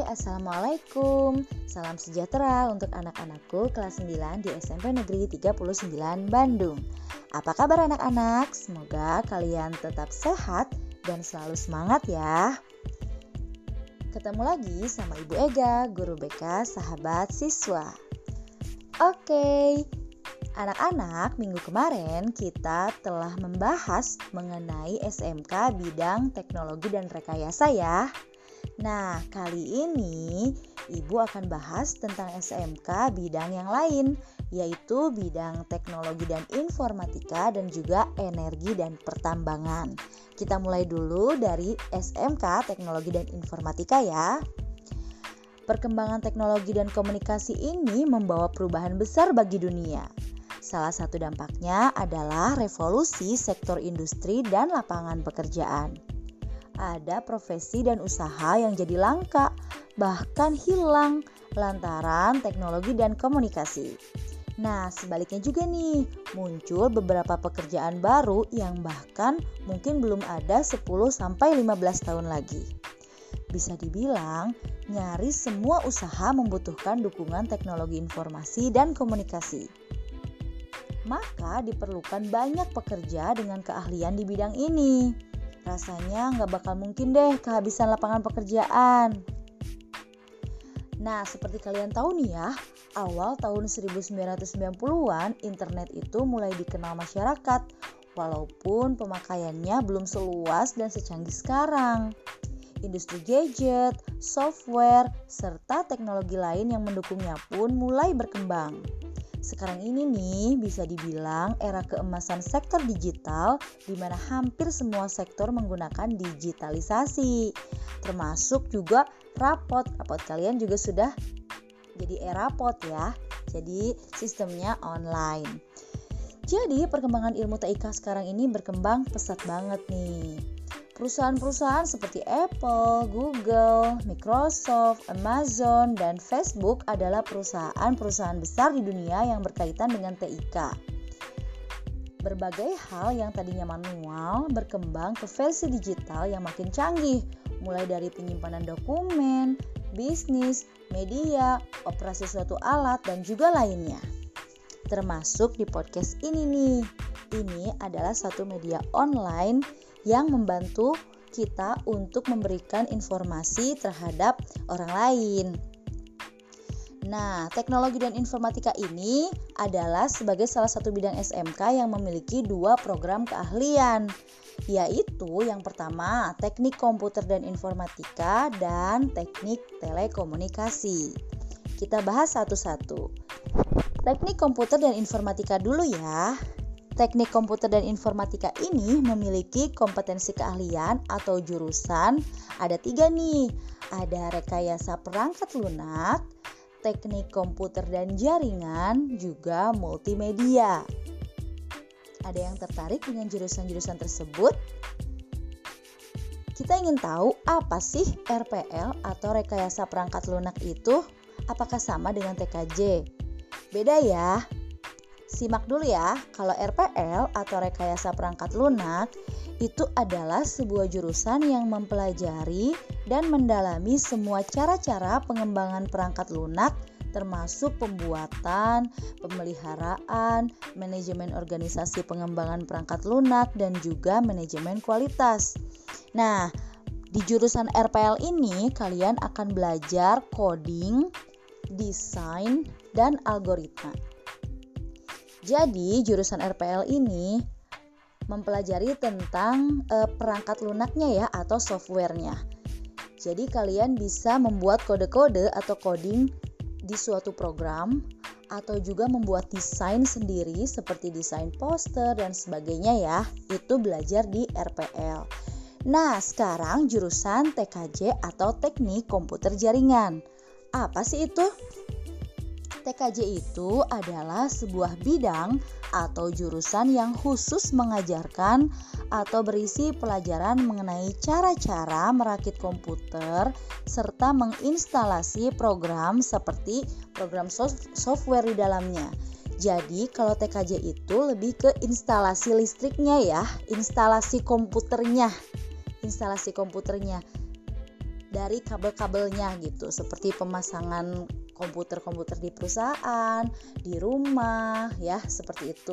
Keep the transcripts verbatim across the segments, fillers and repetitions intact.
Assalamualaikum. Salam sejahtera untuk anak-anakku kelas sembilan di S M P Negeri tiga puluh sembilan Bandung. Apa kabar anak-anak? Semoga kalian tetap sehat dan selalu semangat ya. Ketemu lagi sama Ibu Ega, guru B K Sahabat Siswa. Oke, anak-anak, minggu kemarin kita telah membahas mengenai S M K bidang teknologi dan rekayasa ya. Nah, kali ini Ibu akan bahas tentang S M K bidang yang lain, yaitu bidang teknologi dan informatika dan juga energi dan pertambangan. Kita mulai dulu dari S M K teknologi dan informatika ya. Perkembangan teknologi dan komunikasi ini membawa perubahan besar bagi dunia. Salah satu dampaknya adalah revolusi sektor industri dan lapangan pekerjaan. Ada profesi dan usaha yang jadi langka, bahkan hilang lantaran teknologi dan komunikasi. Nah, sebaliknya juga nih, muncul beberapa pekerjaan baru yang bahkan mungkin belum ada sepuluh sampai lima belas tahun lagi. Bisa dibilang, nyaris semua usaha membutuhkan dukungan teknologi informasi dan komunikasi. Maka diperlukan banyak pekerja dengan keahlian di bidang ini. Rasanya nggak bakal mungkin deh kehabisan lapangan pekerjaan. Nah, seperti kalian tahu nih ya, awal tahun seribu sembilan ratus sembilan puluhan internet itu mulai dikenal masyarakat, walaupun pemakaiannya belum seluas dan secanggih sekarang. Industri gadget, software, serta teknologi lain yang mendukungnya pun mulai berkembang. Sekarang ini nih bisa dibilang era keemasan sektor digital di mana hampir semua sektor menggunakan digitalisasi. Termasuk juga rapot. Rapot kalian juga sudah jadi e-rapot ya. Jadi sistemnya online. Jadi perkembangan ilmu T I K sekarang ini berkembang pesat banget nih. Perusahaan-perusahaan seperti Apple, Google, Microsoft, Amazon, dan Facebook adalah perusahaan-perusahaan besar di dunia yang berkaitan dengan T I K. Berbagai hal yang tadinya manual berkembang ke versi digital yang makin canggih, mulai dari penyimpanan dokumen, bisnis, media, operasi suatu alat, dan juga lainnya. Termasuk di podcast ini nih. Ini adalah satu media online yang membantu kita untuk memberikan informasi terhadap orang lain. Nah, teknologi dan informatika ini adalah sebagai salah satu bidang S M K yang memiliki dua program keahlian, yaitu yang pertama teknik komputer dan informatika dan teknik telekomunikasi. Kita bahas satu-satu. Teknik komputer dan informatika dulu ya. Teknik komputer dan informatika ini memiliki kompetensi keahlian atau jurusan ada tiga nih. Ada rekayasa perangkat lunak, teknik komputer dan jaringan, juga multimedia. Ada yang tertarik dengan jurusan-jurusan tersebut? Kita ingin tahu apa sih R P L atau rekayasa perangkat lunak itu? Apakah sama dengan T K J? Beda ya. Simak dulu ya, kalau R P L atau rekayasa perangkat lunak itu adalah sebuah jurusan yang mempelajari dan mendalami semua cara-cara pengembangan perangkat lunak termasuk pembuatan, pemeliharaan, manajemen organisasi pengembangan perangkat lunak, dan juga manajemen kualitas. Nah, di jurusan R P L ini kalian akan belajar coding, desain, dan algoritma. Jadi jurusan R P L ini mempelajari tentang e, perangkat lunaknya ya atau softwarenya. Jadi kalian bisa membuat kode-kode atau coding di suatu program atau juga membuat desain sendiri seperti desain poster dan sebagainya ya. Itu belajar di R P L. Nah, sekarang jurusan T K J atau teknik komputer jaringan. Apa sih itu? T K J itu adalah sebuah bidang atau jurusan yang khusus mengajarkan atau berisi pelajaran mengenai cara-cara merakit komputer serta menginstalasi program seperti program software di dalamnya. Jadi kalau T K J itu lebih ke instalasi listriknya ya, instalasi komputernya, instalasi komputernya. dari kabel-kabelnya gitu, seperti pemasangan komputer-komputer di perusahaan, di rumah, ya, seperti itu.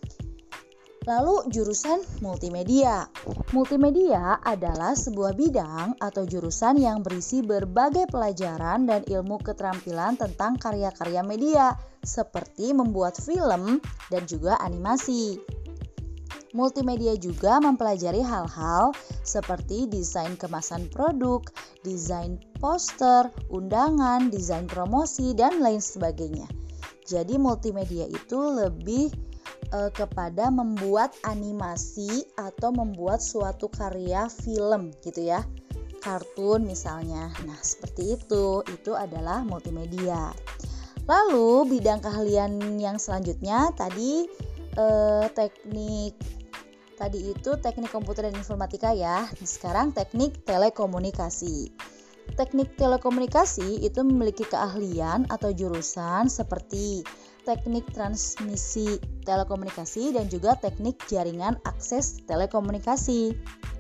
Lalu jurusan multimedia. Multimedia adalah sebuah bidang atau jurusan yang berisi berbagai pelajaran dan ilmu keterampilan tentang karya-karya media, seperti membuat film dan juga animasi. Multimedia juga mempelajari hal-hal seperti desain kemasan produk, desain poster, undangan, desain promosi, dan lain sebagainya. Jadi multimedia itu lebih e, kepada membuat animasi atau membuat suatu karya film gitu ya. Kartun misalnya. Nah, seperti itu. Itu adalah multimedia. Lalu bidang keahlian yang selanjutnya tadi e, teknik Tadi itu teknik komputer dan informatika ya. Sekarang teknik telekomunikasi. Teknik telekomunikasi itu memiliki keahlian atau jurusan seperti teknik transmisi telekomunikasi dan juga teknik jaringan akses telekomunikasi.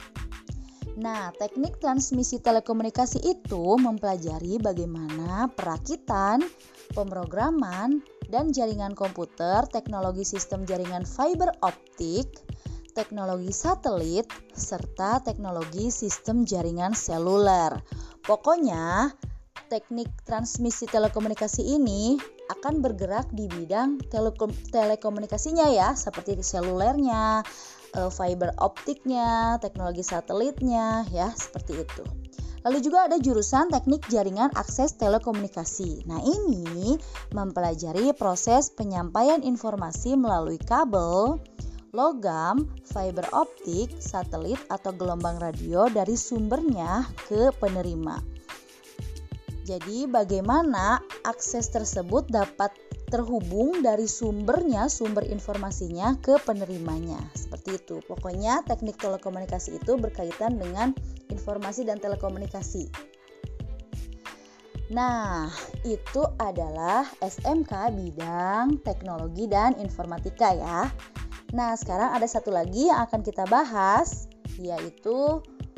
Nah, teknik transmisi telekomunikasi itu mempelajari bagaimana perakitan, pemrograman, dan jaringan komputer, teknologi sistem jaringan fiber optik, teknologi satelit, serta teknologi sistem jaringan seluler. Pokoknya, teknik transmisi telekomunikasi ini akan bergerak di bidang telekom- telekomunikasinya ya, seperti selulernya, fiber optiknya, teknologi satelitnya, ya, seperti itu. Lalu juga ada jurusan teknik jaringan akses telekomunikasi. Nah, ini mempelajari proses penyampaian informasi melalui kabel, logam, fiber optik, satelit atau gelombang radio dari sumbernya ke penerima. Jadi bagaimana akses tersebut dapat terhubung dari sumbernya, sumber informasinya ke penerimanya. Seperti itu. Pokoknya teknik telekomunikasi itu berkaitan dengan informasi dan telekomunikasi. Nah, itu adalah S M K bidang teknologi dan informatika ya. Nah, sekarang ada satu lagi yang akan kita bahas, yaitu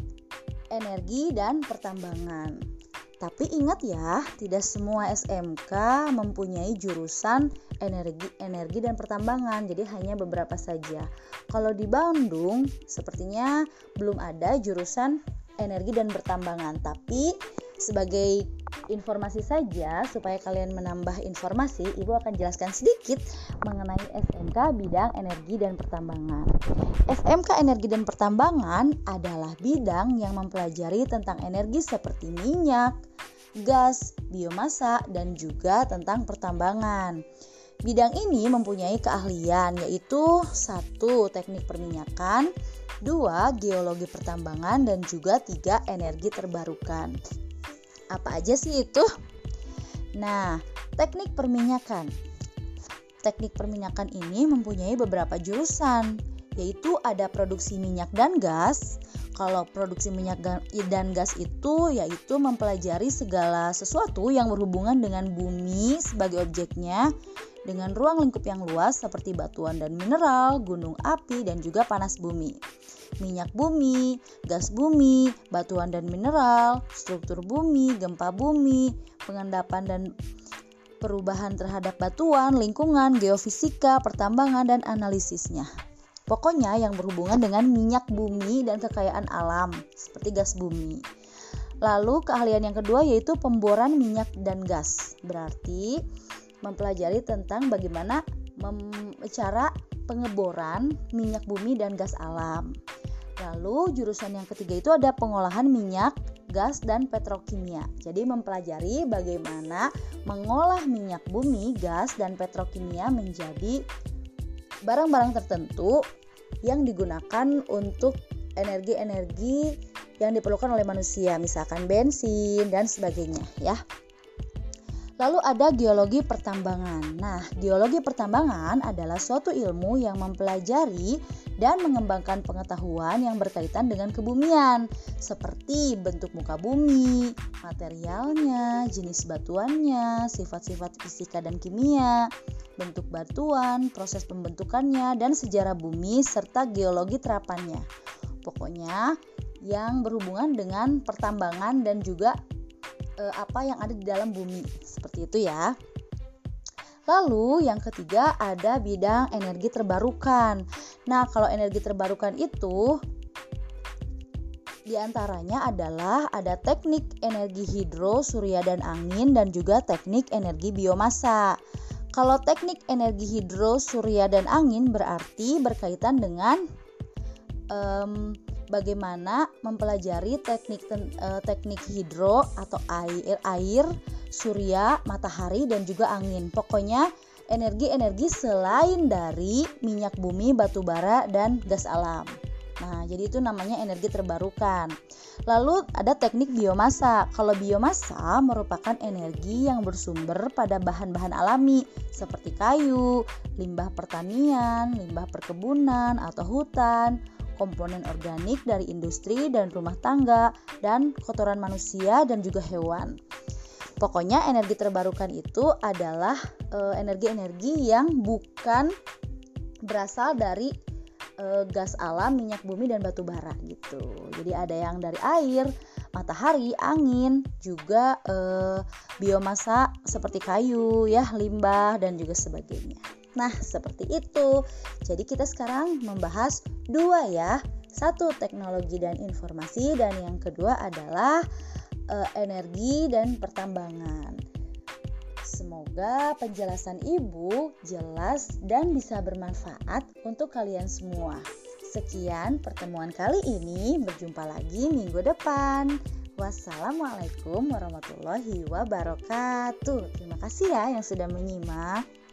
energi dan pertambangan. Tapi ingat ya, tidak semua S M K mempunyai jurusan energi, energi dan pertambangan, jadi hanya beberapa saja. Kalau di Bandung, sepertinya belum ada jurusan energi dan pertambangan, tapi sebagai informasi saja supaya kalian menambah informasi, Ibu akan jelaskan sedikit mengenai S M K bidang energi dan pertambangan. S M K energi dan pertambangan adalah bidang yang mempelajari tentang energi seperti minyak, gas, biomasa, dan juga tentang pertambangan. Bidang ini mempunyai keahlian yaitu satu teknik perminyakan, dua geologi pertambangan, dan juga tiga energi terbarukan. Apa aja sih itu? Nah, teknik perminyakan. Teknik perminyakan ini mempunyai beberapa jurusan, yaitu ada produksi minyak dan gas. Kalau produksi minyak dan gas itu yaitu mempelajari segala sesuatu yang berhubungan dengan bumi sebagai objeknya, dengan ruang lingkup yang luas seperti batuan dan mineral, gunung api, dan juga panas bumi. Minyak bumi, gas bumi, batuan dan mineral, struktur bumi, gempa bumi, pengendapan dan perubahan terhadap batuan, lingkungan, geofisika, pertambangan, dan analisisnya. Pokoknya yang berhubungan dengan minyak bumi dan kekayaan alam, seperti gas bumi. Lalu keahlian yang kedua yaitu pemboran minyak dan gas. Berarti mempelajari tentang bagaimana mem- cara pengeboran minyak bumi dan gas alam. Lalu jurusan yang ketiga itu ada pengolahan minyak, gas, dan petrokimia. Jadi mempelajari bagaimana mengolah minyak bumi, gas, dan petrokimia menjadi barang-barang tertentu yang digunakan untuk energi-energi yang diperlukan oleh manusia, misalkan bensin dan sebagainya ya. Lalu ada geologi pertambangan. Nah, geologi pertambangan adalah suatu ilmu yang mempelajari dan mengembangkan pengetahuan yang berkaitan dengan kebumian, seperti bentuk muka bumi, materialnya, jenis batuannya, sifat-sifat fisika dan kimia, bentuk batuan, proses pembentukannya, dan sejarah bumi serta geologi terapannya. Pokoknya yang berhubungan dengan pertambangan dan juga e, apa yang ada di dalam bumi. Seperti itu ya. Lalu yang ketiga ada bidang energi terbarukan. Nah, kalau energi terbarukan itu diantaranya adalah ada teknik energi hidro, surya dan angin, dan juga teknik energi biomasa. Kalau teknik energi hidro, surya dan angin berarti berkaitan dengan um, bagaimana mempelajari teknik uh, teknik hidro atau air, air, surya, matahari dan juga angin. Pokoknya energi-energi selain dari minyak bumi, batu bara dan gas alam. Nah, jadi itu namanya energi terbarukan. Lalu ada teknik biomasa. Kalau biomasa merupakan energi yang bersumber pada bahan-bahan alami seperti kayu, limbah pertanian, limbah perkebunan atau hutan, komponen organik dari industri dan rumah tangga, dan kotoran manusia dan juga hewan. Pokoknya energi terbarukan itu adalah e, energi-energi yang bukan berasal dari e, gas alam, minyak bumi dan batu bara gitu. Jadi ada yang dari air, matahari, angin, juga e, biomasa seperti kayu, ya, limbah dan juga sebagainya. Nah, seperti itu. Jadi kita sekarang membahas dua ya. Satu teknologi dan informasi, dan yang kedua adalah e, energi dan pertambangan. Semoga penjelasan Ibu jelas dan bisa bermanfaat untuk kalian semua. Sekian pertemuan kali ini, berjumpa lagi minggu depan. Wassalamualaikum warahmatullahi wabarakatuh. Terima kasih ya yang sudah menyimak.